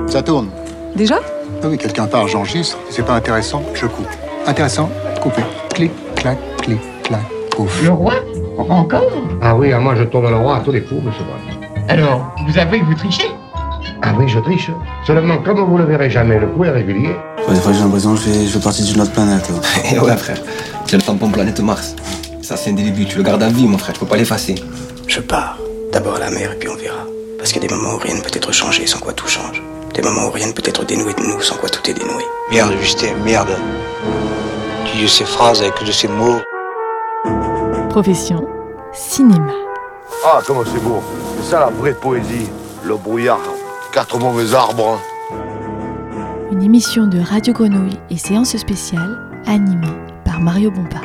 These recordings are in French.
Ça tourne. Déjà ? Ah oui, quelqu'un part, j'enregistre. Si c'est pas intéressant, je coupe. Intéressant, coupé. Clic, clac, pouf. Le roi ? Encore ? Ah oui, moi je tourne le roi à tous les coups, monsieur Brett. Alors, vous avouez que vous trichez ? Ah oui, je triche. Seulement, comme vous le verrez jamais, le coup est régulier. Des fois j'ai l'impression que je fais partie d'une autre planète. Et ouais frère, j'ai le tampon planète Mars. Ça c'est un début, tu le gardes à vie mon frère, tu peux pas l'effacer. Je pars. D'abord à la mer et puis on verra. Parce qu'il y a des moments où rien ne peut être changé sans quoi tout change. Des moments où rien ne peut être dénoué de nous sans quoi tout est dénoué. Merde Justin, merde. Tu dis ces phrases avec de ces mots. Profession cinéma. Ah, comment c'est beau. C'est ça la vraie poésie. Le brouillard, 4 mauvais arbres. Une émission de Radio Grenouille et séance spéciale animée par Mario Bompard.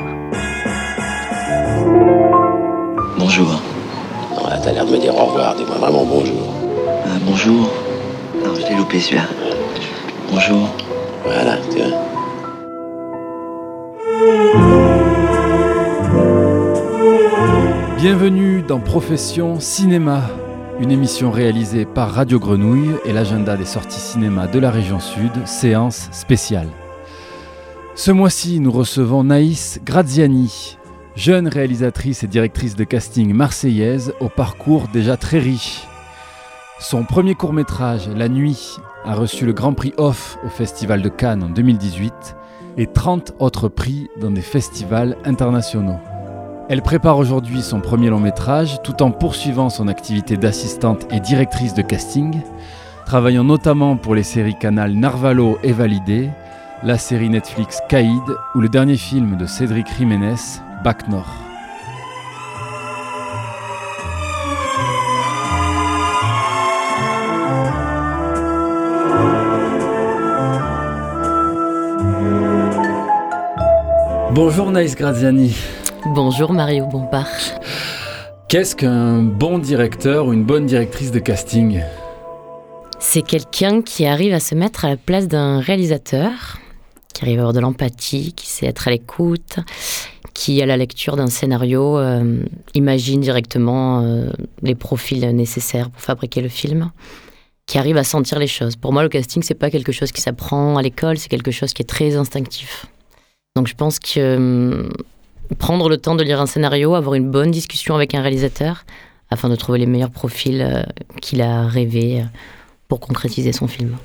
Bonjour. Non, là, t'as l'air de me dire au revoir. Dis-moi vraiment bonjour. Bonjour. Non, je l'ai loupé celui-là. Bonjour. Voilà, tu vois. Bienvenue dans Profession Cinéma, une émission réalisée par Radio Grenouille et l'agenda des sorties cinéma de la région Sud, séance spéciale. Ce mois-ci, nous recevons Naïs Graziani, jeune réalisatrice et directrice de casting marseillaise au parcours déjà très riche. Son premier court-métrage, La Nuit, a reçu le Grand Prix Off au Festival de Cannes en 2018 et 30 autres prix dans des festivals internationaux. Elle prépare aujourd'hui son premier long-métrage tout en poursuivant son activité d'assistante et directrice de casting, travaillant notamment pour les séries Canal Narvalo et Validé, la série Netflix Caïd ou le dernier film de Cédric Jiménez, Bac Nord. Bonjour Naïs Graziani. Bonjour Mario Bompard. Qu'est-ce qu'un bon directeur ou une bonne directrice de casting ? C'est quelqu'un qui arrive à se mettre à la place d'un réalisateur, qui arrive à avoir de l'empathie, qui sait être à l'écoute, qui à la lecture d'un scénario imagine directement les profils nécessaires pour fabriquer le film, qui arrive à sentir les choses. Pour moi, le casting, c'est pas quelque chose qui s'apprend à l'école, c'est quelque chose qui est très instinctif. Donc je pense que prendre le temps de lire un scénario, avoir une bonne discussion avec un réalisateur, afin de trouver les meilleurs profils qu'il a rêvé pour concrétiser son film.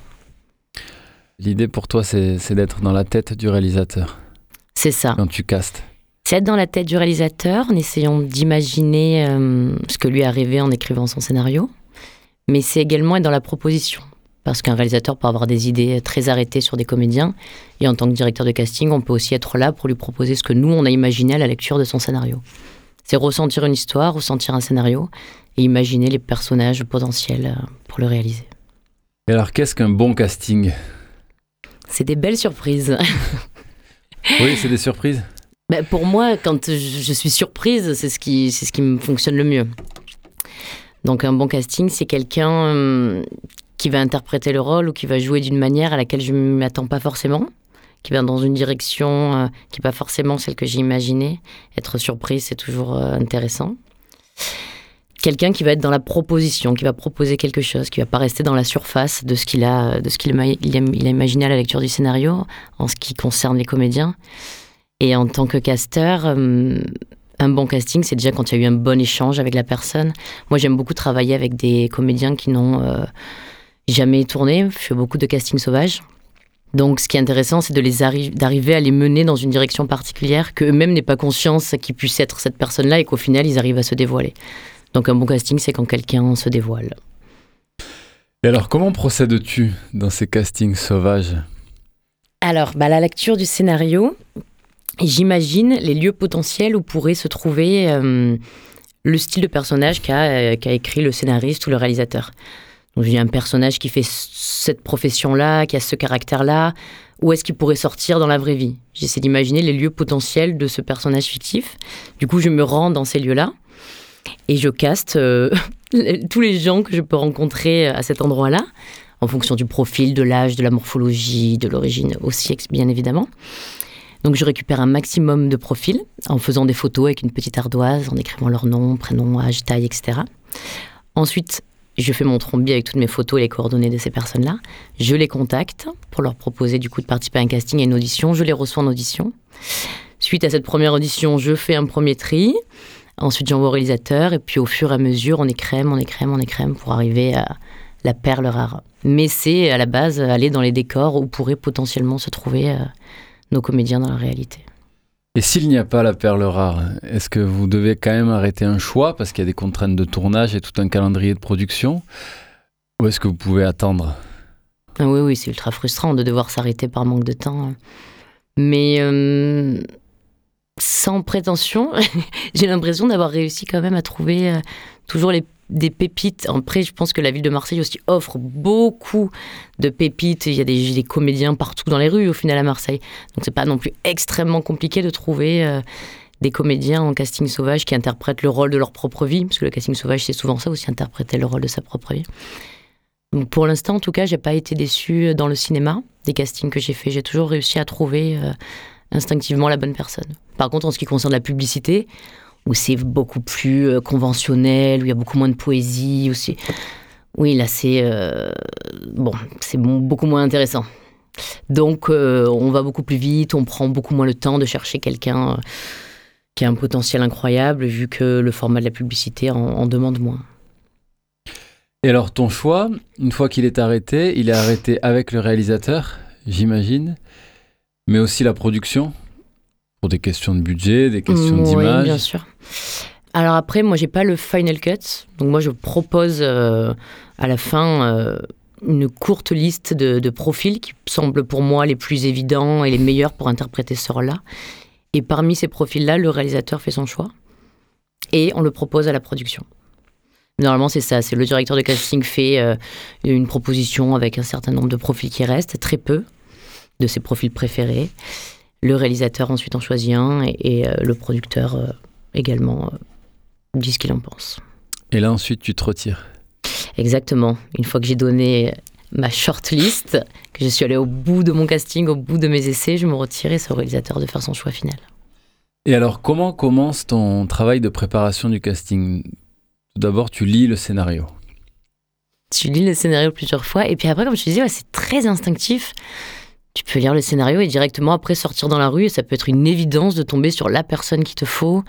L'idée pour toi, c'est d'être dans la tête du réalisateur. C'est ça. Quand tu castes. C'est être dans la tête du réalisateur, en essayant d'imaginer ce que lui a rêvé en écrivant son scénario. Mais c'est également être dans la proposition. Parce qu'un réalisateur peut avoir des idées très arrêtées sur des comédiens. Et en tant que directeur de casting, on peut aussi être là pour lui proposer ce que nous, on a imaginé à la lecture de son scénario. C'est ressentir une histoire, ressentir un scénario et imaginer les personnages potentiels pour le réaliser. Et alors, qu'est-ce qu'un bon casting ? C'est des belles surprises. Oui, c'est des surprises. Pour moi, quand je suis surprise, c'est ce qui me fonctionne le mieux. Donc un bon casting, c'est quelqu'un qui va interpréter le rôle ou qui va jouer d'une manière à laquelle je ne m'attends pas forcément, qui va dans une direction qui n'est pas forcément celle que j'ai imaginée. Être surprise, c'est toujours intéressant. Quelqu'un qui va être dans la proposition, qui va proposer quelque chose, qui ne va pas rester dans la surface de ce qu'il a imaginé à la lecture du scénario, en ce qui concerne les comédiens. Et en tant que casteur, un bon casting, c'est déjà quand il y a eu un bon échange avec la personne. Moi, j'aime beaucoup travailler avec des comédiens qui n'ont jamais tourné. Je fais beaucoup de casting sauvage. Donc, ce qui est intéressant, c'est d'arriver à les mener dans une direction particulière, qu'eux-mêmes n'aient pas conscience qu'ils puissent être cette personne-là et qu'au final, ils arrivent à se dévoiler. Donc, un bon casting, c'est quand quelqu'un se dévoile. Et alors, comment procèdes-tu dans ces castings sauvages ? Alors, la lecture du scénario, j'imagine les lieux potentiels où pourrait se trouver le style de personnage qu'a écrit le scénariste ou le réalisateur. Donc, il y a un personnage qui fait cette profession-là, qui a ce caractère-là. Où est-ce qu'il pourrait sortir dans la vraie vie ? J'essaie d'imaginer les lieux potentiels de ce personnage fictif. Du coup, je me rends dans ces lieux-là et je caste tous les gens que je peux rencontrer à cet endroit-là, en fonction du profil, de l'âge, de la morphologie, de l'origine aussi, bien évidemment. Donc, je récupère un maximum de profils en faisant des photos avec une petite ardoise, en écrivant leur nom, prénom, âge, taille, etc. Ensuite, Je fais mon trombi avec toutes mes photos et les coordonnées de ces personnes-là. Je les contacte pour leur proposer du coup de participer à un casting et une audition. Je les reçois en audition. Suite à cette première audition, je fais un premier tri. Ensuite, j'envoie au réalisateur. Et puis, au fur et à mesure, on écrème pour arriver à la perle rare. Mais c'est, à la base, aller dans les décors où pourraient potentiellement se trouver nos comédiens dans la réalité. Et s'il n'y a pas la perle rare, est-ce que vous devez quand même arrêter un choix parce qu'il y a des contraintes de tournage et tout un calendrier de production? Ou est-ce que vous pouvez attendre? Oui, c'est ultra frustrant de devoir s'arrêter par manque de temps. Mais sans prétention, j'ai l'impression d'avoir réussi quand même à trouver toujours des pépites. Après, je pense que la ville de Marseille aussi offre beaucoup de pépites. Il y a des comédiens partout dans les rues, au final, à Marseille. Donc, c'est pas non plus extrêmement compliqué de trouver des comédiens en casting sauvage qui interprètent le rôle de leur propre vie. Parce que le casting sauvage, c'est souvent ça aussi, interpréter le rôle de sa propre vie. Donc, pour l'instant, en tout cas, j'ai pas été déçue dans le cinéma des castings que j'ai fait. J'ai toujours réussi à trouver instinctivement la bonne personne. Par contre, en ce qui concerne la publicité, où c'est beaucoup plus conventionnel, où il y a beaucoup moins de poésie, aussi. Oui, là, c'est beaucoup moins intéressant. Donc, on va beaucoup plus vite, on prend beaucoup moins le temps de chercher quelqu'un qui a un potentiel incroyable, vu que le format de la publicité en demande moins. Et alors, ton choix, une fois qu'il est arrêté, il est arrêté avec le réalisateur, j'imagine, mais aussi la production, pour des questions de budget, des questions d'image. Oui, bien sûr. Alors après, moi, j'ai pas le final cut. Donc moi, je propose à la fin une courte liste de profils qui semblent pour moi les plus évidents et les meilleurs pour interpréter ce rôle-là. Et parmi ces profils-là, le réalisateur fait son choix et on le propose à la production. Normalement, c'est ça. C'est le directeur de casting fait une proposition avec un certain nombre de profils qui restent, très peu de ses profils préférés. Le réalisateur ensuite en choisit un et le producteur également dit ce qu'il en pense. Et là ensuite tu te retires. Exactement. Une fois que j'ai donné ma shortlist, que je suis allée au bout de mon casting, au bout de mes essais, je me retire et c'est au réalisateur de faire son choix final. Et alors comment commence ton travail de préparation du casting? Tout d'abord tu lis le scénario. Tu lis le scénario plusieurs fois et puis après, comme je te disais, c'est très instinctif. Tu peux lire le scénario et directement après sortir dans la rue et ça peut être une évidence de tomber sur la personne qu'il te faut.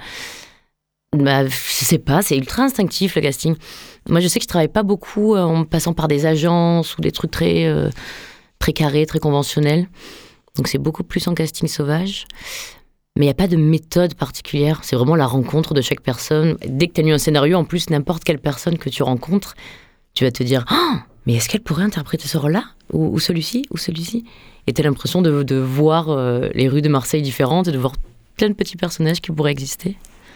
Je sais pas, c'est ultra instinctif le casting. Moi je sais que je travaille pas beaucoup en passant par des agences ou des trucs très carrés, très conventionnels. Donc c'est beaucoup plus en casting sauvage. Mais il n'y a pas de méthode particulière. C'est vraiment la rencontre de chaque personne. Dès que tu as lu un scénario, en plus n'importe quelle personne que tu rencontres, tu vas te dire « mais est-ce qu'elle pourrait interpréter ce rôle-là ou celui-ci ou celui-ci ?» Et tu as l'impression de voir les rues de Marseille différentes et de voir plein de petits personnages qui pourraient exister.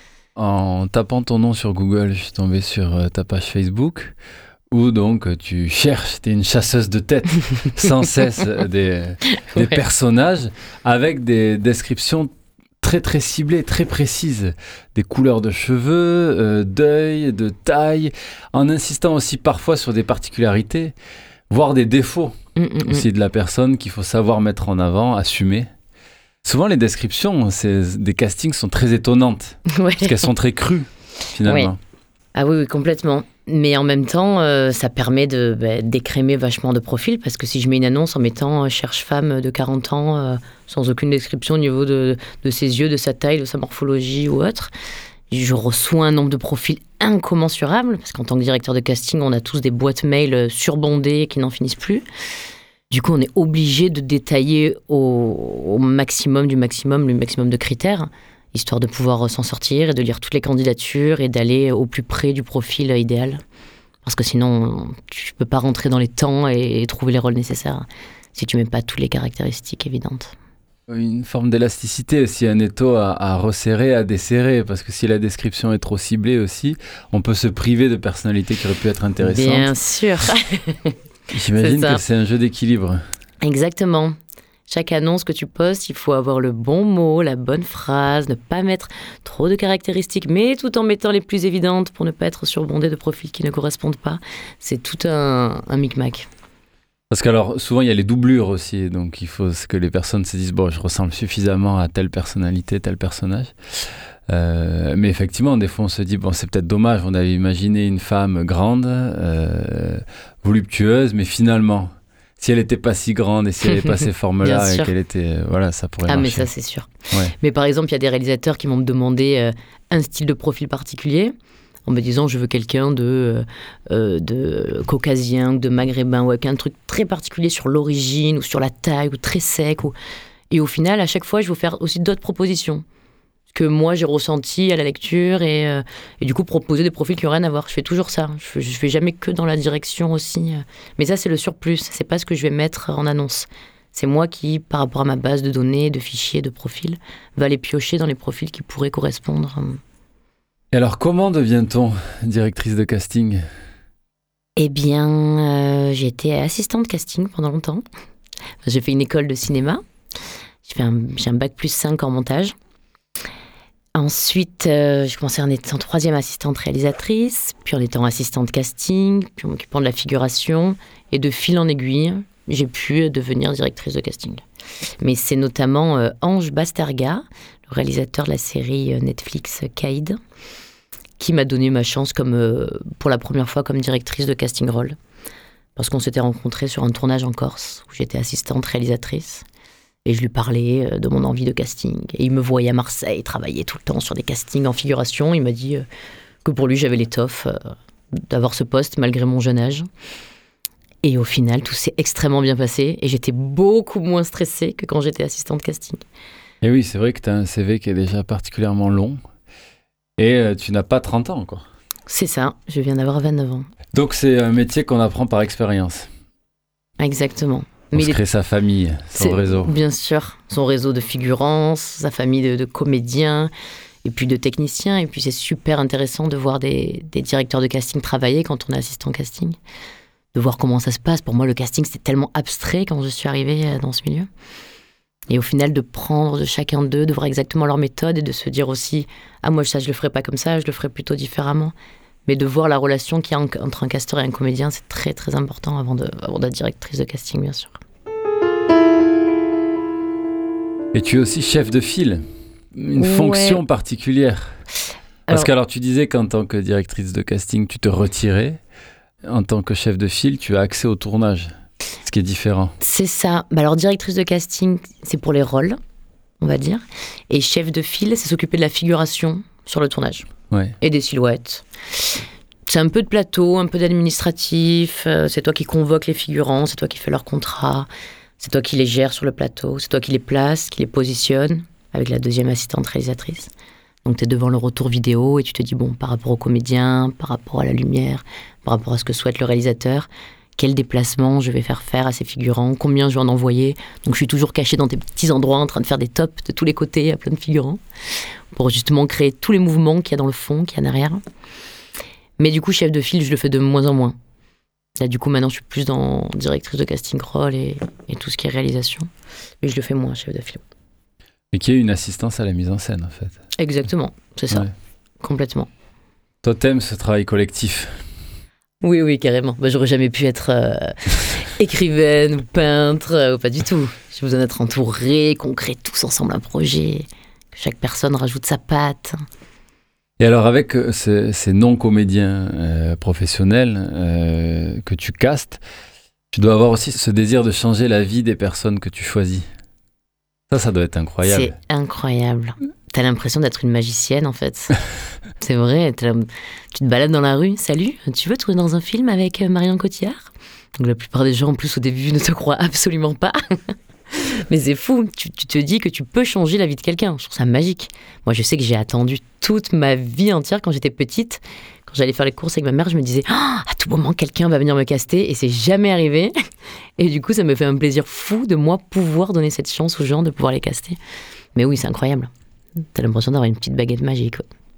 En tapant ton nom sur Google, je suis tombé sur ta page Facebook où donc tu cherches, tu es une chasseuse de tête sans cesse des personnages avec des descriptions très très ciblées, très précises, des couleurs de cheveux, d'œil, de taille, en insistant aussi parfois sur des particularités, voire des défauts aussi de la personne qu'il faut savoir mettre en avant, assumer. Souvent, les descriptions des castings sont très étonnantes, parce qu'elles sont très crues, finalement. Ouais. Ah oui, complètement. Mais en même temps, ça permet d'écrémer vachement de profils, parce que si je mets une annonce en mettant « cherche femme de 40 ans », sans aucune description au niveau de ses yeux, de sa taille, de sa morphologie ou autre, je reçois un nombre de profils incommensurables, parce qu'en tant que directeur de casting, on a tous des boîtes mail surbondées qui n'en finissent plus. Du coup, on est obligé de détailler au maximum du maximum, le maximum de critères, histoire de pouvoir s'en sortir et de lire toutes les candidatures et d'aller au plus près du profil idéal. Parce que sinon, tu ne peux pas rentrer dans les temps et trouver les rôles nécessaires si tu ne mets pas toutes les caractéristiques évidentes. Une forme d'élasticité aussi, un étau à resserrer, à desserrer, parce que si la description est trop ciblée aussi, on peut se priver de personnalités qui auraient pu être intéressantes. Bien sûr. J'imagine que c'est un jeu d'équilibre. Exactement. Chaque annonce que tu postes, il faut avoir le bon mot, la bonne phrase, ne pas mettre trop de caractéristiques, mais tout en mettant les plus évidentes pour ne pas être surbondé de profils qui ne correspondent pas. C'est tout un micmac. Parce qu'alors, souvent, il y a les doublures aussi, donc il faut que les personnes se disent « Bon, je ressemble suffisamment à telle personnalité, tel personnage ». Mais effectivement, des fois, on se dit, bon, c'est peut-être dommage, on avait imaginé une femme grande, voluptueuse, mais finalement, si elle n'était pas si grande et si elle n'avait pas ces formes-là et qu'elle était... voilà, ça pourrait marcher. Mais ça, c'est sûr. Ouais. Mais par exemple, il y a des réalisateurs qui m'ont demandé un style de profil particulier, en me disant, je veux quelqu'un de caucasien, de maghrébin, ou avec un truc très particulier sur l'origine, ou sur la taille, ou très sec. Et au final, à chaque fois, je vais vous faire aussi d'autres propositions que moi j'ai ressenti à la lecture et du coup proposer des profils qui n'ont rien à voir. Je fais toujours ça. Je fais jamais que dans la direction aussi. Mais ça, c'est le surplus. C'est pas ce que je vais mettre en annonce. C'est moi qui, par rapport à ma base de données, de fichiers, de profils, va aller piocher dans les profils qui pourraient correspondre. Et alors, comment devient-on directrice de casting ? Eh bien, j'ai été assistante casting pendant longtemps. J'ai fait une école de cinéma. J'ai un bac +5 en montage. Ensuite, j'ai commencé en étant 3e assistante réalisatrice, puis en étant assistante casting, puis en m'occupant de la figuration. Et de fil en aiguille, j'ai pu devenir directrice de casting. Mais c'est notamment Ange Basterga, le réalisateur de la série Netflix Caïd, qui m'a donné ma chance pour la première fois comme directrice de casting role. Parce qu'on s'était rencontrés sur un tournage en Corse, où j'étais assistante réalisatrice. Et je lui parlais de mon envie de casting. Et il me voyait à Marseille travailler tout le temps sur des castings en figuration. Il m'a dit que pour lui, j'avais l'étoffe d'avoir ce poste malgré mon jeune âge. Et au final, tout s'est extrêmement bien passé. Et j'étais beaucoup moins stressée que quand j'étais assistante casting. Et oui, c'est vrai que tu as un CV qui est déjà particulièrement long. Et tu n'as pas 30 ans, quoi. C'est ça, je viens d'avoir 29 ans. Donc c'est un métier qu'on apprend par expérience. Exactement. On se crée sa famille, son réseau. Bien sûr, son réseau de figurants, sa famille de comédiens, et puis de techniciens. Et puis c'est super intéressant de voir des directeurs de casting travailler quand on est assistant casting. De voir comment ça se passe. Pour moi, le casting, c'était tellement abstrait quand je suis arrivée dans ce milieu. Et au final, de prendre de chacun d'eux, de voir exactement leur méthode et de se dire aussi « Ah, moi, ça, je le ferais pas comme ça, je le ferais plutôt différemment ». Mais de voir la relation qu'il y a entre un casteur et un comédien, c'est très, très important avant d'être directrice de casting, bien sûr. Et tu es aussi chef de file, une fonction particulière. Parce que tu disais qu'en tant que directrice de casting, tu te retirais. En tant que chef de file, tu as accès au tournage, ce qui est différent. C'est ça. Alors, directrice de casting, c'est pour les rôles, on va dire. Et chef de file, c'est s'occuper de la figuration sur le tournage. Ouais. Et des silhouettes. C'est un peu de plateau, un peu d'administratif. C'est toi qui convoques les figurants, c'est toi qui fais leur contrat. C'est toi qui les gères sur le plateau, c'est toi qui les places, qui les positionne, avec la 2e assistante réalisatrice. Donc tu es devant le retour vidéo et tu te dis, bon, par rapport aux comédiens, par rapport à la lumière, par rapport à ce que souhaite le réalisateur, quel déplacement je vais faire à ces figurants, combien je vais en envoyer. Donc je suis toujours cachée dans des petits endroits en train de faire des tops de tous les côtés à plein de figurants, pour justement créer tous les mouvements qu'il y a dans le fond, qu'il y a derrière. Mais du coup, chef de file, je le fais de moins en moins. Là, du coup, maintenant, je suis plus dans directrice de casting role et tout ce qui est réalisation. Mais je le fais moins, chef de file. Et qui est une assistance à la mise en scène, en fait. Exactement, c'est ça. Ouais. Complètement. Toi, t'aimes ce travail collectif ? Oui, carrément. J'aurais jamais pu être écrivaine ou peintre, pas du tout. J'ai besoin d'être entourée, qu'on crée tous ensemble un projet, que chaque personne rajoute sa patte. Et alors, avec ces non-comédiens professionnels que tu castes, tu dois avoir aussi ce désir de changer la vie des personnes que tu choisis. Ça doit être incroyable. C'est incroyable. T'as l'impression d'être une magicienne, en fait. C'est vrai. Tu te balades dans la rue. Salut, tu veux tourner dans un film avec Marion Cotillard ? Donc, la plupart des gens, en plus, au début, ne te croient absolument pas. Mais c'est fou, tu te dis que tu peux changer la vie de quelqu'un. Je trouve ça magique. Moi, je sais que j'ai attendu toute ma vie entière quand j'étais petite. Quand j'allais faire les courses avec ma mère, je me disais à tout moment, quelqu'un va venir me caster. Et c'est jamais arrivé. Et du coup, ça me fait un plaisir fou de moi pouvoir donner cette chance aux gens de pouvoir les caster. Mais oui, c'est incroyable. T'as l'impression d'avoir une petite baguette magique.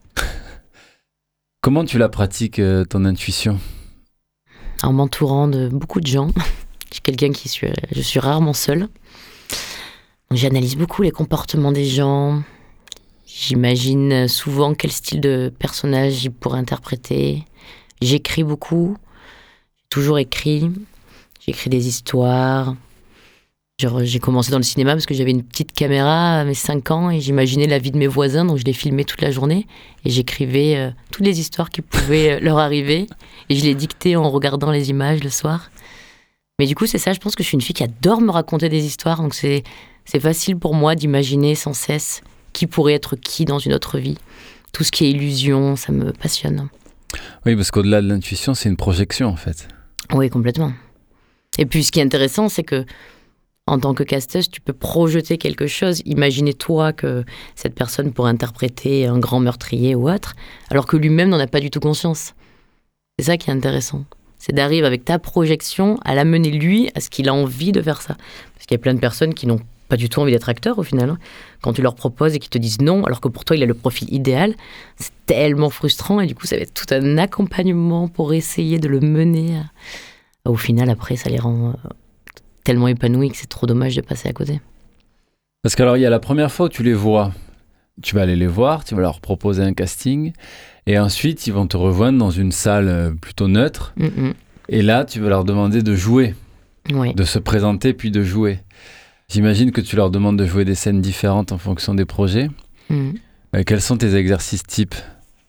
Comment tu la pratiques, ton intuition ? En m'entourant de beaucoup de gens. Je suis quelqu'un je suis rarement seule. J'analyse beaucoup les comportements des gens. J'imagine souvent quel style de personnage ils pourraient interpréter. J'écris beaucoup. J'ai toujours écrit. J'écris des histoires. Genre, j'ai commencé dans le cinéma parce que j'avais une petite caméra à mes 5 ans et j'imaginais la vie de mes voisins, donc je les filmais toute la journée et j'écrivais toutes les histoires qui pouvaient leur arriver et je les dictais en regardant les images le soir. Mais du coup, c'est ça, je pense que je suis une fille qui adore me raconter des histoires, donc c'est facile pour moi d'imaginer sans cesse qui pourrait être qui dans une autre vie. Tout ce qui est illusion, ça me passionne. Oui, parce qu'au-delà de l'intuition, c'est une projection en fait. Oui, complètement. Et puis ce qui est intéressant, c'est que en tant que casteuse, tu peux projeter quelque chose. Imaginer toi que cette personne pourrait interpréter un grand meurtrier ou autre, alors que lui-même n'en a pas du tout conscience. C'est ça qui est intéressant. C'est d'arriver avec ta projection à l'amener lui à ce qu'il a envie de faire ça. Parce qu'il y a plein de personnes qui n'ont pas du tout envie d'être acteurs au final. Hein. Quand tu leur proposes et qu'ils te disent non, alors que pour toi il a le profil idéal, c'est tellement frustrant et du coup ça va être tout un accompagnement pour essayer de le mener au final après ça les rend tellement épanouis que c'est trop dommage de passer à côté. Parce qu'alors il y a la première fois où tu les vois, tu vas aller les voir, tu vas leur proposer un casting et ensuite ils vont te rejoindre dans une salle plutôt neutre et là tu vas leur demander de jouer, de se présenter puis de jouer. J'imagine que tu leur demandes de jouer des scènes différentes en fonction des projets. Quels sont tes exercices types ?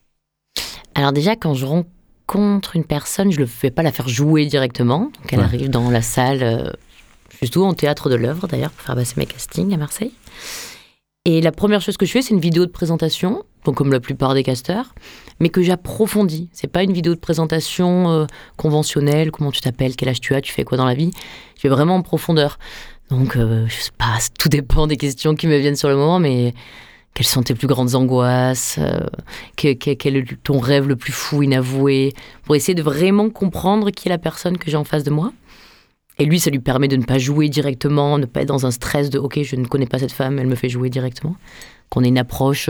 Alors déjà, quand je rencontre une personne, je ne vais pas la faire jouer directement. Donc elle arrive dans la salle, je suis souvent au Théâtre de l'Œuvre d'ailleurs, pour faire passer mes castings à Marseille. Et la première chose que je fais, c'est une vidéo de présentation, donc comme la plupart des casteurs, mais que j'approfondis. C'est pas une vidéo de présentation conventionnelle, comment tu t'appelles, quel âge tu as, tu fais quoi dans la vie. Je vais vraiment en profondeur. Donc, je sais pas, tout dépend des questions qui me viennent sur le moment, mais quelles sont tes plus grandes angoisses, quel est ton rêve le plus fou, inavoué, pour essayer de vraiment comprendre qui est la personne que j'ai en face de moi. Et lui, ça lui permet de ne pas jouer directement, ne pas être dans un stress de « Ok, je ne connais pas cette femme, elle me fait jouer directement ». Qu'on ait une approche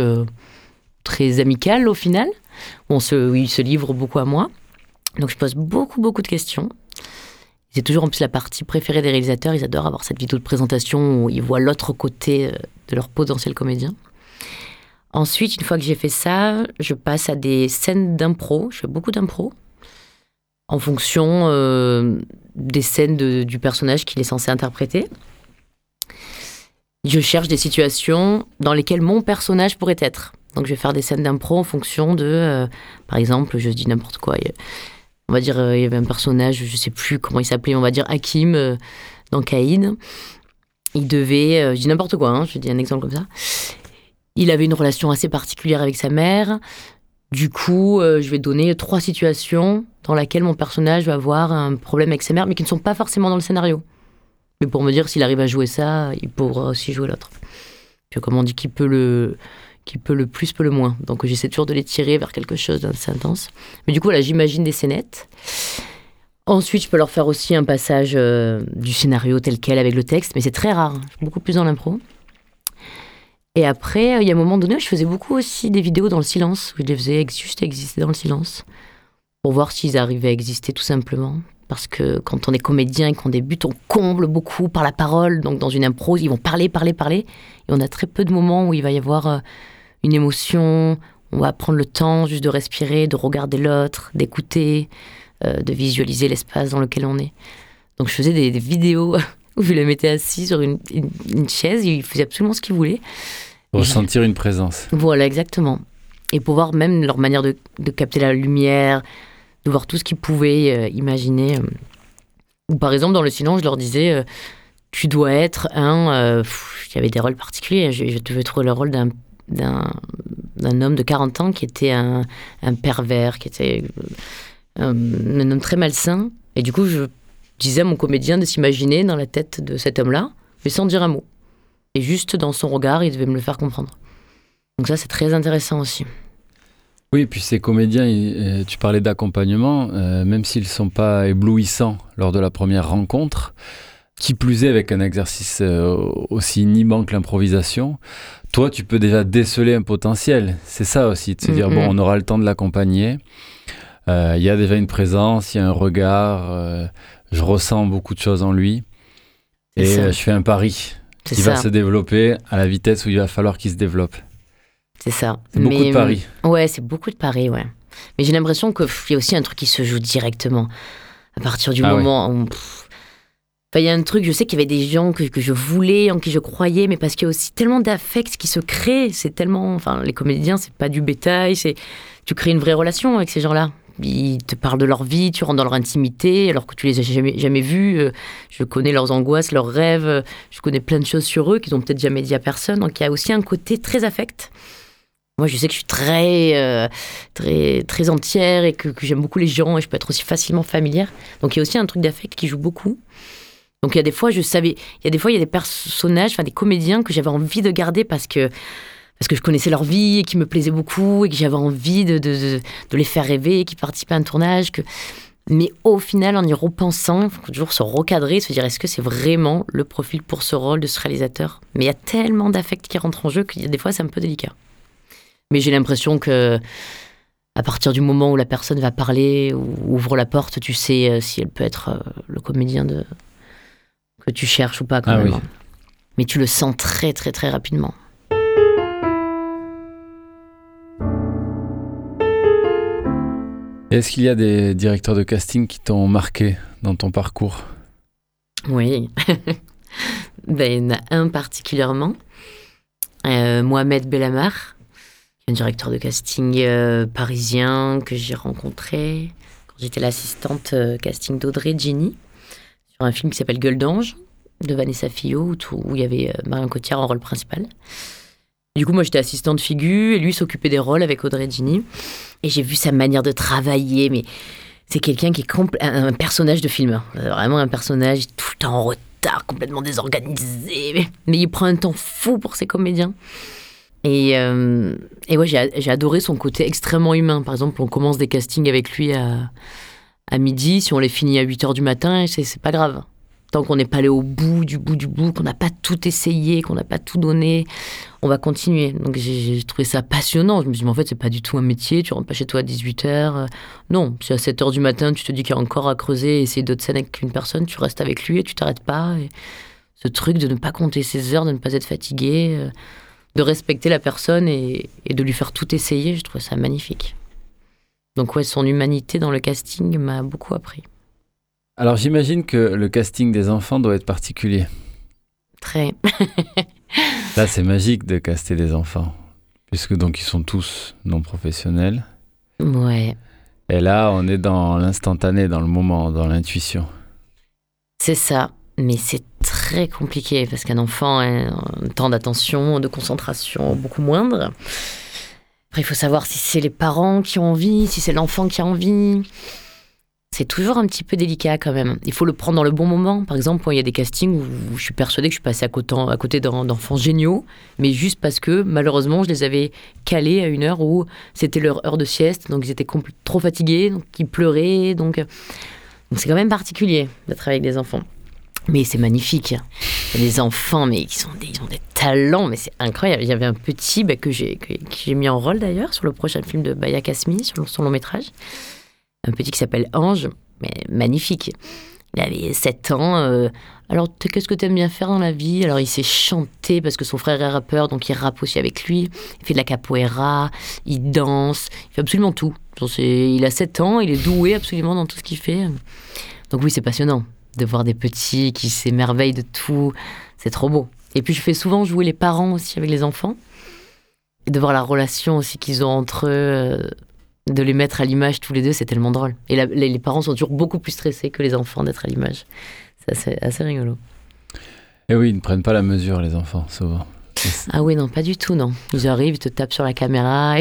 très amicale au final, où il se livre beaucoup à moi. Donc, je pose beaucoup de questions. C'est toujours en plus la partie préférée des réalisateurs. Ils adorent avoir cette vidéo de présentation où ils voient l'autre côté de leur potentiel comédien. Ensuite, une fois que j'ai fait ça, je passe à des scènes d'impro. Je fais beaucoup d'impro en fonction des scènes du personnage qu'il est censé interpréter. Je cherche des situations dans lesquelles mon personnage pourrait être. Donc, je vais faire des scènes d'impro en fonction de... par exemple, je dis n'importe quoi... On va dire, il y avait un personnage, je ne sais plus comment il s'appelait, on va dire Hakim, dans Caïd. Il devait, je dis n'importe quoi, hein, je dis un exemple comme ça. Il avait une relation assez particulière avec sa mère. Du coup, je vais donner 3 situations dans lesquelles mon personnage va avoir un problème avec sa mère, mais qui ne sont pas forcément dans le scénario. Mais pour me dire, s'il arrive à jouer ça, il pourra aussi jouer l'autre. Puis comme on dit, qui peut le plus, peut le moins. Donc j'essaie toujours de les tirer vers quelque chose d'assez intense. Mais du coup, voilà, j'imagine des scénettes. Ensuite, je peux leur faire aussi un passage du scénario tel quel avec le texte, mais c'est très rare. Je suis beaucoup plus dans l'impro. Et après, il y a un moment donné, je faisais beaucoup aussi des vidéos dans le silence, où je les faisais juste exister dans le silence, pour voir s'ils arrivaient à exister tout simplement. Parce que quand on est comédien et qu'on débute, on comble beaucoup par la parole. Donc dans une impro, ils vont parler. Et on a très peu de moments où il va y avoir une émotion. On va prendre le temps juste de respirer, de regarder l'autre, d'écouter, de visualiser l'espace dans lequel on est. Donc je faisais des vidéos où je les mettais assis sur une chaise. Ils faisaient absolument ce qu'ils voulaient. Ressentir une présence. Voilà, exactement. Et pour voir même leur manière de capter la lumière, de voir tout ce qu'ils pouvaient imaginer. Ou par exemple, dans le silence, je leur disais, tu dois être il y avait des rôles particuliers. Je devais trouver le rôle d'un homme de 40 ans qui était un pervers, qui était un homme très malsain. Et du coup, je disais à mon comédien de s'imaginer dans la tête de cet homme-là, mais sans dire un mot. Et juste dans son regard, il devait me le faire comprendre. Donc ça, c'est très intéressant aussi. Oui, et puis ces comédiens, tu parlais d'accompagnement, même s'ils ne sont pas éblouissants lors de la première rencontre, qui plus est avec un exercice aussi inhibant que l'improvisation, toi, tu peux déjà déceler un potentiel. C'est ça aussi, de se dire, bon, on aura le temps de l'accompagner. Il y a déjà une présence, il y a un regard, je ressens beaucoup de choses en lui. Et je fais un pari qui va se développer à la vitesse où il va falloir qu'il se développe. C'est ça. C'est beaucoup de paris. Ouais, c'est beaucoup de paris, ouais. Mais j'ai l'impression qu'il y a aussi un truc qui se joue directement. À partir du moment où... Enfin, il y a un truc, je sais qu'il y avait des gens que je voulais, en qui je croyais, mais parce qu'il y a aussi tellement d'affect qui se crée. C'est tellement... Enfin, les comédiens, c'est pas du bétail. Tu crées une vraie relation avec ces gens-là. Ils te parlent de leur vie, tu rentres dans leur intimité, alors que tu les as jamais vus. Je connais leurs angoisses, leurs rêves. Je connais plein de choses sur eux qu'ils ont peut-être jamais dit à personne. Donc, il y a aussi un côté très affect. Moi, je sais que je suis très entière et que j'aime beaucoup les gens et je peux être aussi facilement familière. Donc, il y a aussi un truc d'affect qui joue beaucoup. Donc, il y a des fois, il y a des personnages, enfin des comédiens que j'avais envie de garder parce que je connaissais leur vie et qui me plaisaient beaucoup et que j'avais envie de les faire rêver, qui participaient à un tournage. Mais au final, en y repensant, il faut toujours se recadrer, se dire est-ce que c'est vraiment le profil pour ce rôle de ce réalisateur ? Mais il y a tellement d'affect qui rentrent en jeu qu'il y a des fois, c'est un peu délicat. Mais j'ai l'impression que à partir du moment où la personne va parler ou ouvre la porte, tu sais si elle peut être le comédien que tu cherches ou pas quand même. Oui. Mais tu le sens très très très rapidement. Est-ce qu'il y a des directeurs de casting qui t'ont marqué dans ton parcours ? Oui. Il y en a un particulièrement, Mohamed Bellamar, un directeur de casting parisien que j'ai rencontré quand j'étais l'assistante casting d'Audrey Ginny sur un film qui s'appelle Gueule d'ange de Vanessa Fillot où il y avait Marion Cotillard en rôle principal. Du coup, moi, j'étais assistante figu et lui s'occupait des rôles avec Audrey Ginny. Et j'ai vu sa manière de travailler, mais c'est quelqu'un qui est un personnage de film. Vraiment un personnage tout le temps en retard, complètement désorganisé. Mais il prend un temps fou pour ses comédiens. Et ouais, j'ai adoré son côté extrêmement humain. Par exemple, on commence des castings avec lui à midi. Si on les finit à 8h du matin, c'est pas grave. Tant qu'on n'est pas allé au bout, qu'on n'a pas tout essayé, qu'on n'a pas tout donné, on va continuer. Donc j'ai trouvé ça passionnant. Je me suis dit, mais en fait, c'est pas du tout un métier. Tu rentres pas chez toi à 18h. Non, si à 7h du matin, tu te dis qu'il y a encore à creuser et essayer d'autres scènes avec une personne, tu restes avec lui et tu t'arrêtes pas. Et ce truc de ne pas compter ses heures, de ne pas être fatigué, de respecter la personne et de lui faire tout essayer, je trouve ça magnifique. Donc ouais, son humanité dans le casting m'a beaucoup appris. Alors j'imagine que le casting des enfants doit être particulier. Très. Là, c'est magique de caster des enfants, puisque donc ils sont tous non professionnels. Ouais. Et là, on est dans l'instantané, dans le moment, dans l'intuition. C'est ça, mais c'est très compliqué, parce qu'un enfant a un temps d'attention, de concentration beaucoup moindre. Après, il faut savoir si c'est les parents qui ont envie, si c'est l'enfant qui a envie. C'est toujours un petit peu délicat quand même. Il faut le prendre dans le bon moment. Par exemple, il y a des castings où je suis persuadée que je suis passée à côté d'enfants géniaux, mais juste parce que malheureusement, je les avais calés à une heure où c'était leur heure de sieste, donc ils étaient trop fatigués, donc ils pleuraient. Donc c'est quand même particulier d'être avec des enfants. Mais c'est magnifique. Il y a des enfants, mais ils ont des talents, mais c'est incroyable. Il y avait un petit que j'ai mis en rôle d'ailleurs sur le prochain film de Baya Kasmi, sur son long métrage. Un petit qui s'appelle Ange, mais magnifique. Il avait 7 ans. Alors, qu'est-ce que tu aimes bien faire dans la vie ? Alors, il sait chanter parce que son frère est rappeur, donc il rappe aussi avec lui. Il fait de la capoeira, il danse, il fait absolument tout. Il a 7 ans, il est doué absolument dans tout ce qu'il fait. Donc oui, c'est passionnant de voir des petits qui s'émerveillent de tout. C'est trop beau. Et puis, je fais souvent jouer les parents aussi avec les enfants. Et de voir la relation aussi qu'ils ont entre eux. De les mettre à l'image tous les deux, c'est tellement drôle. Et les parents sont toujours beaucoup plus stressés que les enfants d'être à l'image. C'est assez rigolo. Et oui, ils ne prennent pas la mesure, les enfants, souvent. Ah oui, non, pas du tout, non. Ils arrivent, ils te tapent sur la caméra.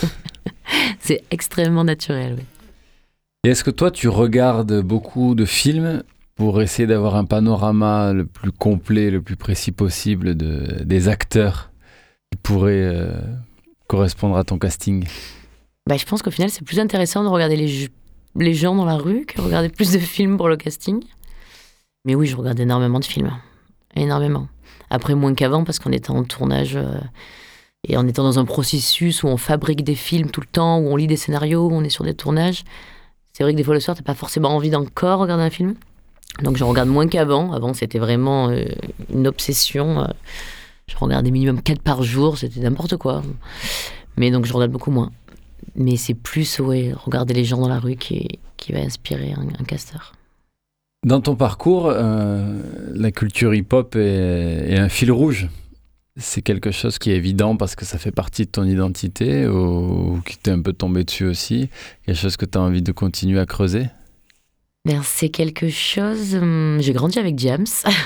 C'est extrêmement naturel, oui. Et est-ce que toi, tu regardes beaucoup de films pour essayer d'avoir un panorama le plus complet, le plus précis possible des acteurs qui pourraient correspondre à ton casting ? Je pense qu'au final, c'est plus intéressant de regarder les gens dans la rue que de regarder plus de films pour le casting. Mais oui, je regarde énormément de films. Énormément. Après, moins qu'avant, parce qu'on était en tournage et en étant dans un processus où on fabrique des films tout le temps, où on lit des scénarios, où on est sur des tournages. C'est vrai que des fois, le soir, t'as pas forcément envie d'encore regarder un film. Donc, j'en regarde moins qu'avant. Avant, c'était vraiment une obsession. Je regardais minimum 4 par jour. C'était n'importe quoi. Mais donc, je regarde beaucoup moins. Mais c'est plus regarder les gens dans la rue qui va inspirer un casteur. Dans ton parcours, la culture hip-hop est un fil rouge. C'est quelque chose qui est évident parce que ça fait partie de ton identité ou qui t'est un peu tombé dessus aussi? Quelque chose que tu as envie de continuer à creuser? Ben, c'est quelque chose... J'ai grandi avec Jams.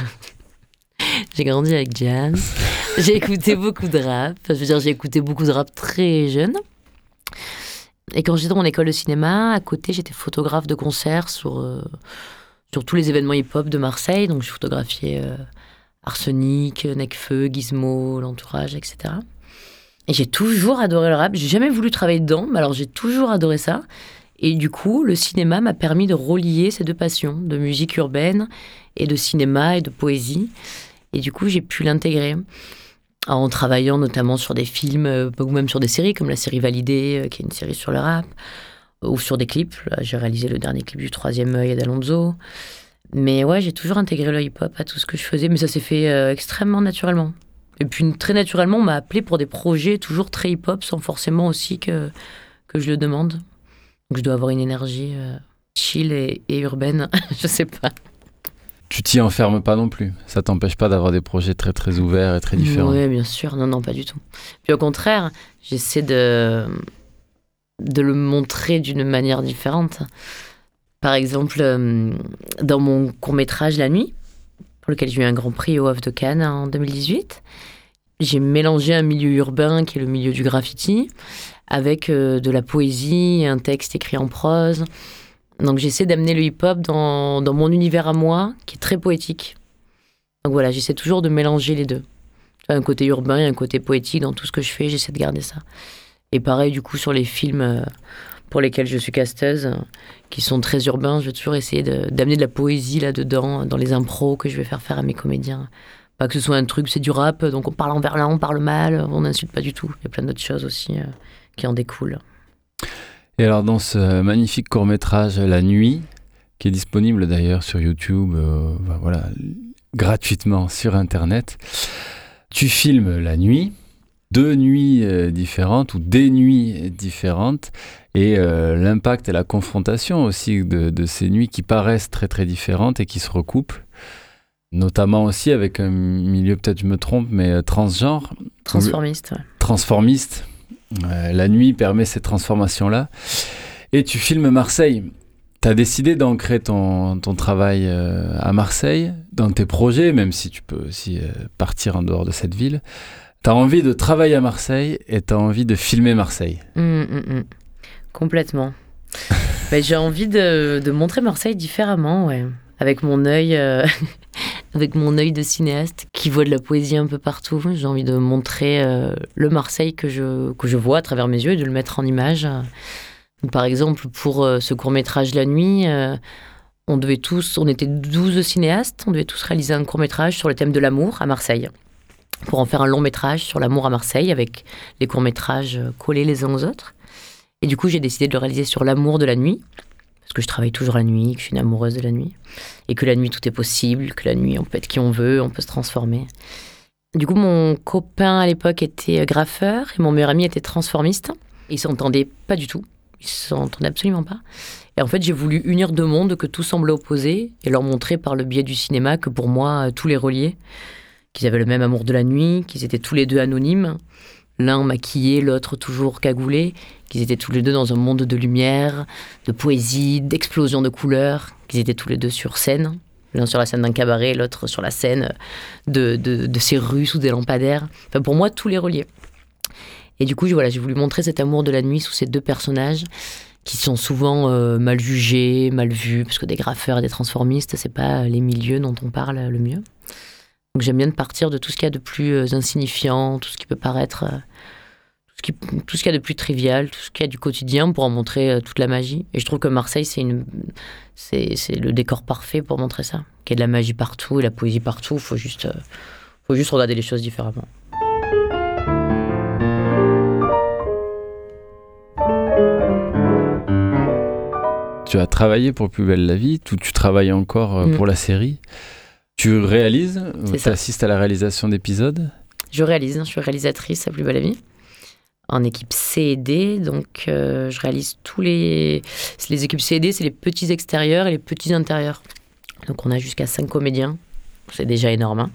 J'ai écouté beaucoup de rap. Je veux dire, j'ai écouté beaucoup de rap très jeune. Et quand j'étais dans mon école de cinéma, à côté, j'étais photographe de concert sur tous les événements hip-hop de Marseille. Donc, je photographiais Arsenic, Necfeu, Gizmo, l'entourage, etc. Et j'ai toujours adoré le rap. J'ai jamais voulu travailler dedans, mais alors j'ai toujours adoré ça. Et du coup, le cinéma m'a permis de relier ces deux passions, de musique urbaine et de cinéma et de poésie. Et du coup, j'ai pu l'intégrer en travaillant notamment sur des films ou même sur des séries, comme la série Validée, qui est une série sur le rap, ou sur des clips. Là, j'ai réalisé le dernier clip du Troisième œil d'Alonso. Mais ouais, j'ai toujours intégré le hip-hop à tout ce que je faisais, mais ça s'est fait extrêmement naturellement. Et puis, très naturellement, on m'a appelé pour des projets toujours très hip-hop, sans forcément aussi que je le demande. Donc, je dois avoir une énergie chill et urbaine, je sais pas. Tu t'y enfermes pas non plus. Ça t'empêche pas d'avoir des projets très très ouverts et très différents. Oui, bien sûr. Non, pas du tout. Puis au contraire, j'essaie de le montrer d'une manière différente. Par exemple, dans mon court-métrage La Nuit, pour lequel j'ai eu un grand prix au Off de Cannes en 2018, j'ai mélangé un milieu urbain qui est le milieu du graffiti avec de la poésie, un texte écrit en prose. Donc j'essaie d'amener le hip-hop dans mon univers à moi, qui est très poétique. Donc voilà, j'essaie toujours de mélanger les deux. Un côté urbain et un côté poétique dans tout ce que je fais, j'essaie de garder ça. Et pareil, du coup, sur les films pour lesquels je suis casteuse, qui sont très urbains, je vais toujours essayer d'amener de la poésie là-dedans, dans les impros que je vais faire à mes comédiens. Pas que ce soit un truc, c'est du rap, donc on parle en verlan, on parle mal, on n'insulte pas du tout. Il y a plein d'autres choses aussi qui en découlent. Et alors dans ce magnifique court-métrage La Nuit, qui est disponible d'ailleurs sur YouTube, voilà, gratuitement sur Internet, tu filmes la nuit, 2 nuits différentes ou des nuits différentes, et l'impact et la confrontation aussi de ces nuits qui paraissent très très différentes et qui se recoupent, notamment aussi avec un milieu, peut-être je me trompe, mais transgenre. Transformiste, ouais. Transformiste. La nuit permet cette transformation-là. Et tu filmes Marseille. Tu as décidé d'ancrer ton travail à Marseille, dans tes projets, même si tu peux aussi partir en dehors de cette ville. Tu as envie de travailler à Marseille et tu as envie de filmer Marseille. Complètement. J'ai envie de montrer Marseille différemment, ouais. Avec mon œil de cinéaste qui voit de la poésie un peu partout. J'ai envie de montrer le Marseille que je vois à travers mes yeux et de le mettre en image. Par exemple, pour ce court-métrage La Nuit, on était 12 cinéastes, on devait tous réaliser un court-métrage sur le thème de l'amour à Marseille, pour en faire un long-métrage sur l'amour à Marseille, avec les courts-métrages collés les uns aux autres. Et du coup, j'ai décidé de le réaliser sur l'amour de la nuit, parce que je travaille toujours la nuit, que je suis une amoureuse de la nuit, et que la nuit, tout est possible, que la nuit, on peut être qui on veut, on peut se transformer. Du coup, mon copain, à l'époque, était graffeur, et mon meilleur ami était transformiste. Ils ne s'entendaient pas du tout. Ils ne s'entendaient absolument pas. Et en fait, j'ai voulu unir 2 mondes que tout semblait opposés, et leur montrer par le biais du cinéma que pour moi, tout les reliait, qu'ils avaient le même amour de la nuit, qu'ils étaient tous les 2 anonymes, l'un maquillé, l'autre toujours cagoulé, qu'ils étaient tous les 2 dans un monde de lumière, de poésie, d'explosion de couleurs, qu'ils étaient tous les 2 sur scène, l'un sur la scène d'un cabaret, l'autre sur la scène de ces rues sous des lampadaires. Enfin, pour moi, tout les reliait. Et du coup, j'ai voulu montrer cet amour de la nuit sous ces 2 personnages qui sont souvent mal jugés, mal vus, parce que des graffeurs et des transformistes, c'est pas les milieux dont on parle le mieux. Donc j'aime bien partir de tout ce qu'il y a de plus insignifiant, tout ce qui peut paraître, tout ce qu'il y a de plus trivial, tout ce qu'il y a du quotidien pour en montrer toute la magie. Et je trouve que Marseille, c'est le décor parfait pour montrer ça. Qu'il y a de la magie partout et la poésie partout, faut juste regarder les choses différemment. Tu as travaillé pour Plus belle la vie, tu travailles encore pour la série. Tu réalises, tu assistes à la réalisation d'épisodes? Je réalise, je suis réalisatrice à Plus belle la vie, en équipe C et D. Donc je réalise les équipes C et D, c'est les petits extérieurs et les petits intérieurs. Donc on a jusqu'à 5 comédiens. C'est déjà énorme. Hein.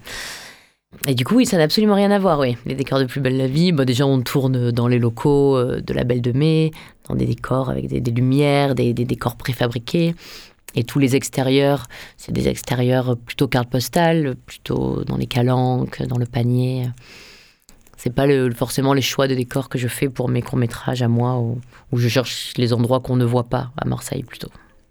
Et du coup, oui, ça n'a absolument rien à voir, oui. Les décors de Plus belle la vie, déjà on tourne dans les locaux de la Belle de Mai, dans des décors avec des lumières, des décors préfabriqués. Et tous les extérieurs, c'est des extérieurs plutôt carte postale, plutôt dans les calanques, dans le panier. C'est pas forcément les choix de décors que je fais pour mes courts-métrages à moi, où je cherche les endroits qu'on ne voit pas, à Marseille plutôt.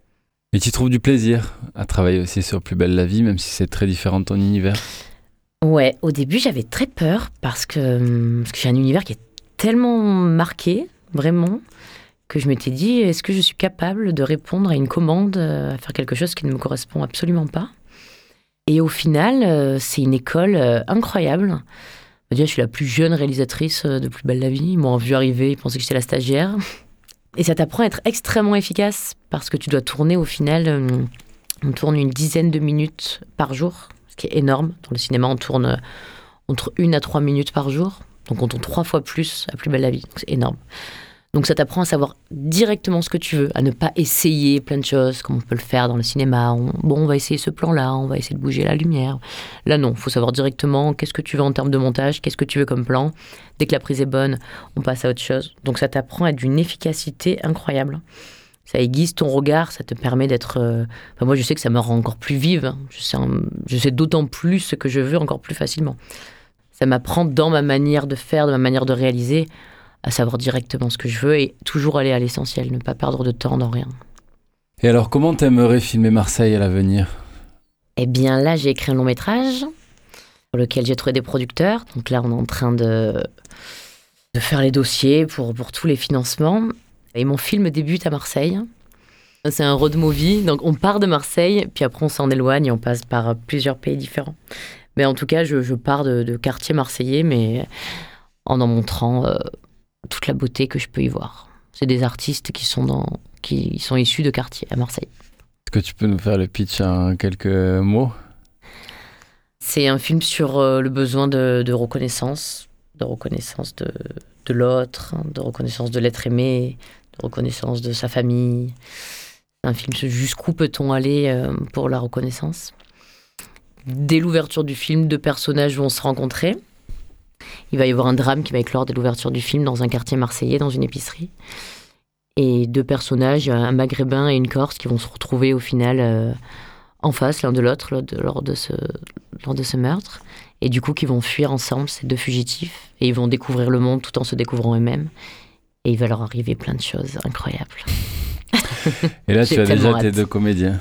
Et tu trouves du plaisir à travailler aussi sur Plus belle la vie, même si c'est très différent de ton univers? Ouais, au début j'avais très peur parce que j'ai un univers qui est tellement marqué, vraiment, que je m'étais dit, est-ce que je suis capable de répondre à une commande, à faire quelque chose qui ne me correspond absolument pas? Et au final, c'est une école incroyable. Déjà, je suis la plus jeune réalisatrice de Plus belle la vie. Ils m'ont vu arriver, ils pensaient que j'étais la stagiaire. Et ça t'apprend à être extrêmement efficace parce que tu dois tourner au final, on tourne une dizaine de minutes par jour, ce qui est énorme. Dans le cinéma, on tourne entre 1 à 3 minutes par jour. Donc on tourne 3 fois plus à Plus belle la vie. Donc c'est énorme. Donc ça t'apprend à savoir directement ce que tu veux, à ne pas essayer plein de choses comme on peut le faire dans le cinéma. On va essayer ce plan-là, on va essayer de bouger la lumière. Là non, il faut savoir directement qu'est-ce que tu veux en termes de montage, qu'est-ce que tu veux comme plan. Dès que la prise est bonne, on passe à autre chose. Donc ça t'apprend à être d'une efficacité incroyable. Ça aiguise ton regard, ça te permet d'être... moi je sais que ça me rend encore plus vive. Je sais d'autant plus ce que je veux encore plus facilement. Ça m'apprend dans ma manière de faire, de ma manière de réaliser, à savoir directement ce que je veux et toujours aller à l'essentiel, ne pas perdre de temps dans rien. Et alors, comment t'aimerais filmer Marseille à l'avenir? Eh bien là, j'ai écrit un long métrage pour lequel j'ai trouvé des producteurs. Donc là, on est en train de faire les dossiers pour tous les financements. Et mon film débute à Marseille. C'est un road movie, donc on part de Marseille, puis après on s'en éloigne et on passe par plusieurs pays différents. Mais en tout cas, je pars de quartier marseillais, mais en montrant... toute la beauté que je peux y voir. C'est des artistes qui sont issus de quartiers à Marseille. Est-ce que tu peux nous faire le pitch en quelques mots? C'est un film sur le besoin de reconnaissance de l'autre, de reconnaissance de l'être aimé, de reconnaissance de sa famille. C'est un film sur jusqu'où peut-on aller pour la reconnaissance. Dès l'ouverture du film, 2 personnages vont se rencontrer. Il va y avoir un drame qui va éclore dès l'ouverture du film dans un quartier marseillais, dans une épicerie. Et 2 personnages, un maghrébin et une corse, qui vont se retrouver au final en face l'un de l'autre lors de ce meurtre. Et du coup, qui vont fuir ensemble, ces 2 fugitifs. Et ils vont découvrir le monde tout en se découvrant eux-mêmes. Et il va leur arriver plein de choses incroyables. Et là, tu as déjà tes 2 comédiens?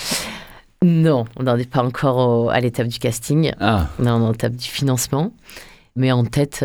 Non, on n'en est pas encore à l'étape du casting. Ah. On est en étape du financement. Mais en tête,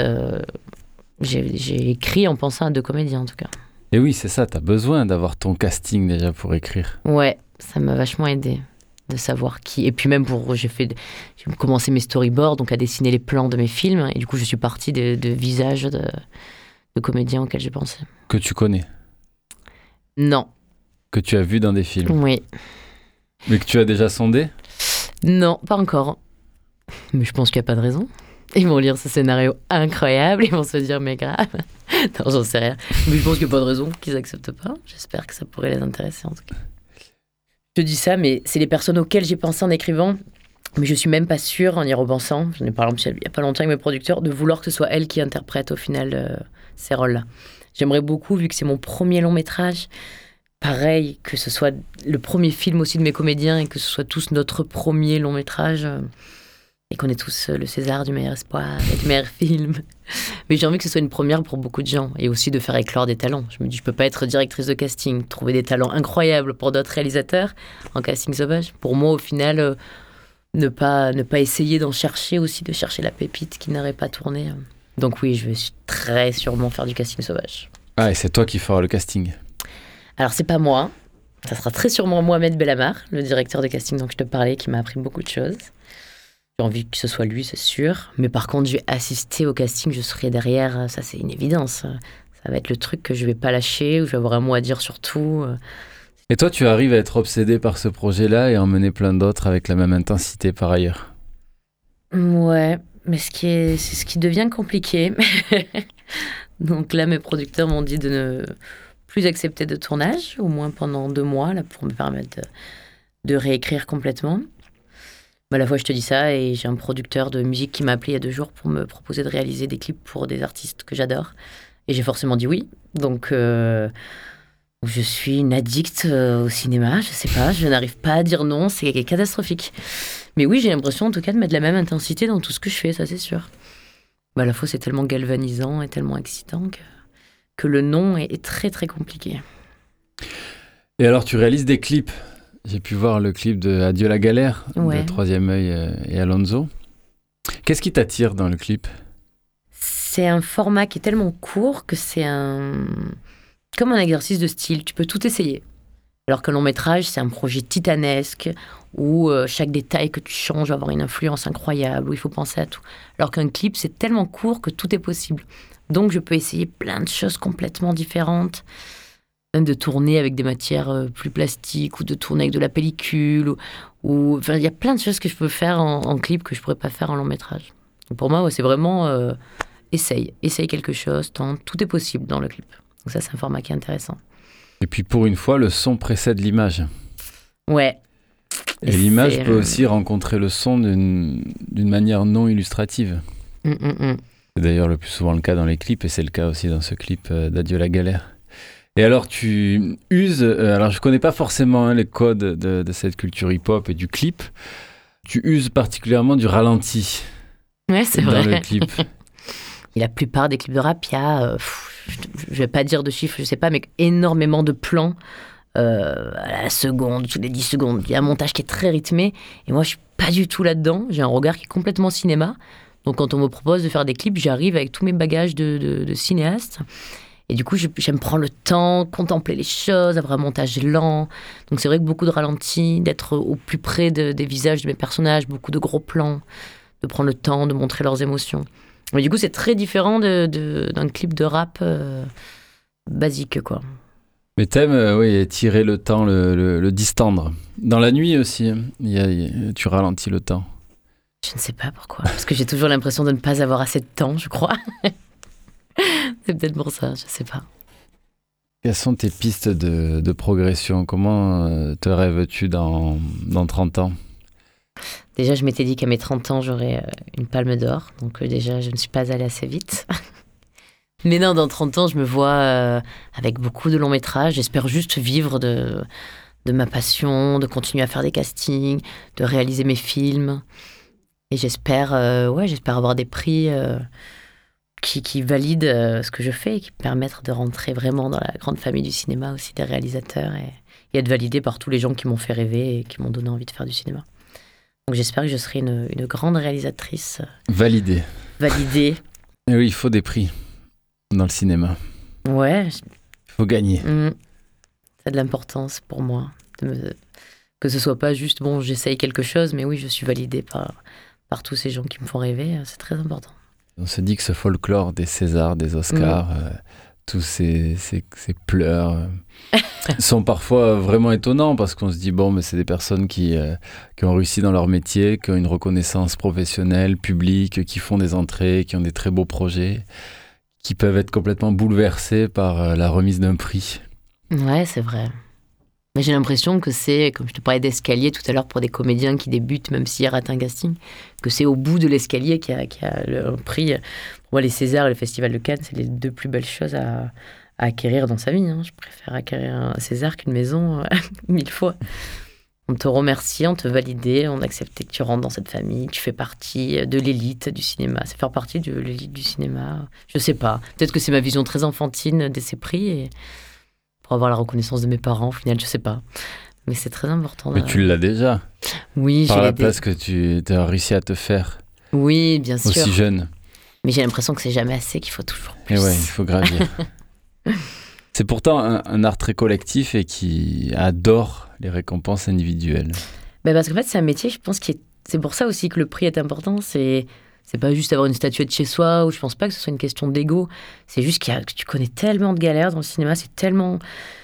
j'ai écrit en pensant à 2 comédiens, en tout cas. Et oui, c'est ça, t'as besoin d'avoir ton casting déjà pour écrire. Ouais, ça m'a vachement aidé de savoir qui. Et puis même j'ai commencé mes storyboards, donc à dessiner les plans de mes films. Et du coup, je suis partie de visages de comédiens auxquels j'ai pensé. Que tu connais? Non. Que tu as vu dans des films? Oui. Mais que tu as déjà sondé? Non, pas encore. Mais je pense qu'il n'y a pas de raison. Ils vont lire ce scénario incroyable, ils vont se dire mais grave. Non, j'en sais rien. Mais je pense qu'il n'y a pas de raison qu'ils n'acceptent pas. J'espère que ça pourrait les intéresser en tout cas. Je dis ça, mais c'est les personnes auxquelles j'ai pensé en écrivant. Mais je suis même pas sûre, en y repensant, j'en ai parlé il n'y a pas longtemps avec mes producteurs, de vouloir que ce soit elles qui interprètent au final ces rôles-là. J'aimerais beaucoup, vu que c'est mon premier long métrage, pareil, que ce soit le premier film aussi de mes comédiens et que ce soit tous notre premier long métrage. Et qu'on ait tous le César du meilleur espoir et du meilleur film. Mais j'ai envie que ce soit une première pour beaucoup de gens et aussi de faire éclore des talents. Je me dis, je peux pas être directrice de casting, trouver des talents incroyables pour d'autres réalisateurs en casting sauvage. Pour moi, au final, ne pas essayer d'en chercher aussi, de chercher la pépite qui n'aurait pas tourné. Donc oui, je vais très sûrement faire du casting sauvage. Ah, et c'est toi qui feras le casting? Alors, c'est pas moi. Ça sera très sûrement Mohamed Belhamar, le directeur de casting dont je te parlais, qui m'a appris beaucoup de choses. J'ai envie que ce soit lui, c'est sûr. Mais par contre, je vais assister au casting, je serai derrière. Ça, c'est une évidence. Ça va être le truc que je vais pas lâcher, où je vais avoir un mot à dire sur tout. Et toi, tu arrives à être obsédé par ce projet-là et en mener plein d'autres avec la même intensité par ailleurs? Ouais, mais c'est ce qui devient compliqué. Donc là, mes producteurs m'ont dit de ne plus accepter de tournage, au moins pendant 2 mois, là, pour me permettre de réécrire complètement. À la fois, je te dis ça, et j'ai un producteur de musique qui m'a appelé il y a 2 jours pour me proposer de réaliser des clips pour des artistes que j'adore. Et j'ai forcément dit oui. Donc, je suis une addicte au cinéma, je sais pas, je n'arrive pas à dire non, c'est catastrophique. Mais oui, j'ai l'impression en tout cas de mettre la même intensité dans tout ce que je fais, ça c'est sûr. À la fois, c'est tellement galvanisant et tellement excitant que le non est très très compliqué. Et alors, tu réalises des clips. J'ai pu voir le clip de Adieu la galère, Ouais. de Troisième œil et Alonso. Qu'est-ce qui t'attire dans le clip ? C'est un format qui est tellement court que c'est comme un exercice de style. Tu peux tout essayer. Alors qu'un long métrage, c'est un projet titanesque où chaque détail que tu changes va avoir une influence incroyable, où il faut penser à tout. Alors qu'un clip, c'est tellement court que tout est possible. Donc je peux essayer plein de choses complètement différentes. Même de tourner avec des matières plus plastiques, ou de tourner avec de la pellicule, enfin, il y a plein de choses que je peux faire en clip que je pourrais pas faire en long métrage. Donc pour moi, ouais, c'est vraiment essaye quelque chose, tente, tout est possible dans le clip. Donc ça, c'est un format qui est intéressant. Et puis pour une fois, le son précède l'image. Ouais. Et l'image peut aussi rencontrer le son d'une manière non illustrative. C'est d'ailleurs le plus souvent le cas dans les clips, et c'est le cas aussi dans ce clip d'Adieu la galère. Et alors tu uses, alors je connais pas forcément les codes de cette culture hip-hop et du clip, tu uses particulièrement du ralenti. Ouais, c'est vrai. Dans le clip. Et la plupart des clips de rap, il y a, je vais pas dire de chiffres, je sais pas, mais énormément de plans à la seconde, toutes les 10 secondes. Il y a un montage qui est très rythmé, et moi je suis pas du tout là-dedans, j'ai un regard qui est complètement cinéma. Donc quand on me propose de faire des clips, j'arrive avec tous mes bagages de cinéaste. Et du coup, j'aime prendre le temps, contempler les choses, avoir un montage lent. Donc c'est vrai que beaucoup de ralentis, d'être au plus près des visages de mes personnages, beaucoup de gros plans, de prendre le temps de montrer leurs émotions. Mais du coup, c'est très différent d'un clip de rap basique, quoi. Mais t'aimes tirer le temps, le distendre. Dans la nuit aussi, tu ralentis le temps. Je ne sais pas pourquoi. Parce que j'ai toujours l'impression de ne pas avoir assez de temps, je crois. C'est peut-être pour ça, je sais pas. Quelles sont tes pistes de progression ? Comment te rêves-tu dans 30 ans ? Déjà, je m'étais dit qu'à mes 30 ans, j'aurais une palme d'or. Donc déjà, je ne suis pas allée assez vite. Mais non, dans 30 ans, je me vois avec beaucoup de longs métrages. J'espère juste vivre de ma passion, de continuer à faire des castings, de réaliser mes films. Et j'espère avoir des prix... qui valide ce que je fais et qui permettent de rentrer vraiment dans la grande famille du cinéma aussi des réalisateurs et être validé par tous les gens qui m'ont fait rêver et qui m'ont donné envie de faire du cinéma. Donc j'espère que je serai une grande réalisatrice. Validée. Et oui, il faut des prix dans le cinéma. Ouais. Il faut gagner. Ça a de l'importance pour moi. Que ce soit pas juste, j'essaye quelque chose, mais oui, je suis validée par tous ces gens qui me font rêver. C'est très important. On se dit que ce folklore des Césars, des Oscars, tous ces pleurs sont parfois vraiment étonnants parce qu'on se dit, mais c'est des personnes qui ont réussi dans leur métier, qui ont une reconnaissance professionnelle, publique, qui font des entrées, qui ont des très beaux projets, qui peuvent être complètement bouleversés par la remise d'un prix. Ouais, c'est vrai. Mais j'ai l'impression que c'est, comme je te parlais d'escalier tout à l'heure pour des comédiens qui débutent, même s'ils ratent un casting, que c'est au bout de l'escalier qu'il y a le prix. Pour moi, les Césars et le Festival de Cannes, c'est les 2 plus belles choses à acquérir dans sa vie. Je préfère acquérir un César qu'une maison 1000 fois. On te remercie, on te valide, on accepte que tu rentres dans cette famille, tu fais partie de l'élite du cinéma. C'est faire partie de l'élite du cinéma. Je sais pas. Peut-être que c'est ma vision très enfantine de ces prix et... pour avoir la reconnaissance de mes parents, au final, je sais pas. Mais c'est très important. Mais tu l'as déjà. Oui, par la place que tu as réussi à te faire. Oui, bien sûr. Aussi jeune. Mais j'ai l'impression que c'est jamais assez, qu'il faut toujours plus. Et ouais, il faut gravir. C'est pourtant un art très collectif et qui adore les récompenses individuelles. Parce qu'en fait, c'est un métier, je pense, c'est pour ça aussi que le prix est important. C'est pas juste avoir une statuette chez soi, ou je pense pas que ce soit une question d'ego. C'est juste que tu connais tellement de galères dans le cinéma, c'est tellement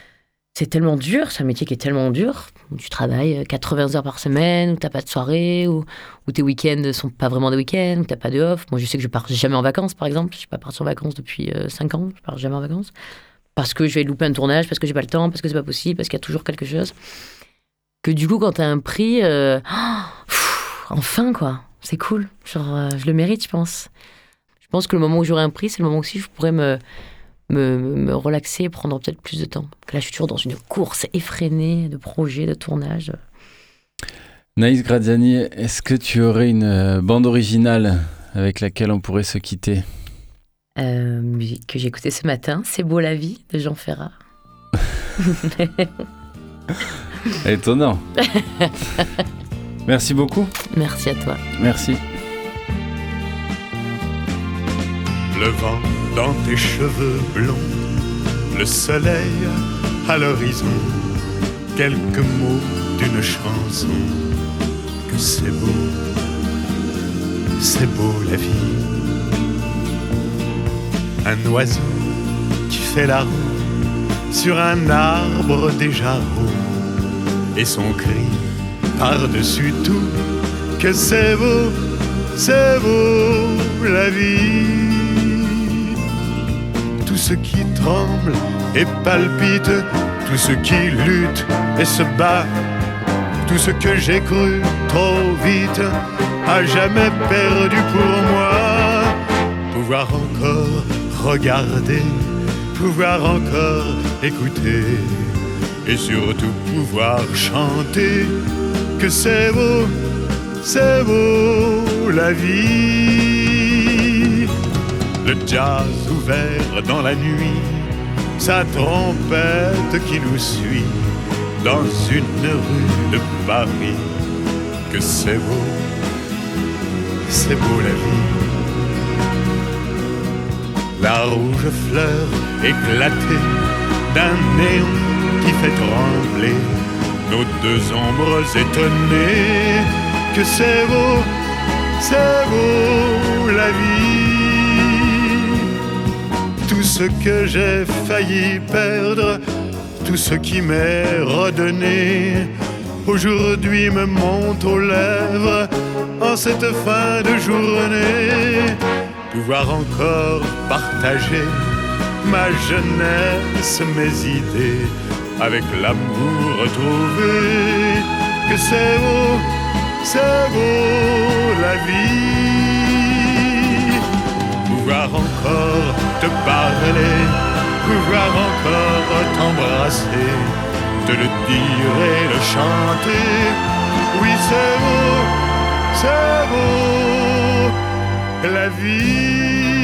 dur, c'est un métier qui est tellement dur. Tu travailles 80 heures par semaine, où t'as pas de soirée, où tes week-ends sont pas vraiment des week-ends, où t'as pas de off. Moi, je sais que je pars jamais en vacances, par exemple. Je suis pas partie en vacances depuis 5 ans, je pars jamais en vacances. Parce que je vais louper un tournage, parce que j'ai pas le temps, parce que c'est pas possible, parce qu'il y a toujours quelque chose. que du coup, quand t'as un prix, enfin quoi, c'est cool. Genre, je le mérite, je pense. Je pense que le moment où j'aurai un prix, c'est le moment aussi où je pourrais me relaxer et prendre peut-être plus de temps. Là, je suis toujours dans une course effrénée de projets, de tournage. Naïs Graziani, est-ce que tu aurais une bande originale avec laquelle on pourrait se quitter ? Musique que j'ai écoutée ce matin, C'est beau la vie, de Jean Ferrat. Étonnant. Merci beaucoup. Merci à toi. Merci. Le vent dans tes cheveux blonds, le soleil à l'horizon, quelques mots d'une chanson, que c'est beau la vie. Un oiseau qui fait la roue sur un arbre déjà roux, et son cri par-dessus tout, que c'est beau la vie. Tout ce qui tremble et palpite, tout ce qui lutte et se bat, tout ce que j'ai cru trop vite, à jamais perdu pour moi. Pouvoir encore regarder, pouvoir encore écouter, et surtout pouvoir chanter, que c'est beau la vie. Le jazz ouvert dans la nuit, sa trompette qui nous suit dans une rue de Paris, que c'est beau la vie. La rouge fleur éclatée d'un néon qui fait trembler nos deux ombres étonnées, que c'est beau la vie. Tout ce que j'ai failli perdre, tout ce qui m'est redonné, aujourd'hui me monte aux lèvres en cette fin de journée. Pouvoir encore partager ma jeunesse, mes idées, avec l'amour retrouvé, que c'est beau la vie. Pouvoir encore te parler, pouvoir encore t'embrasser, te le dire et le chanter, oui c'est beau la vie.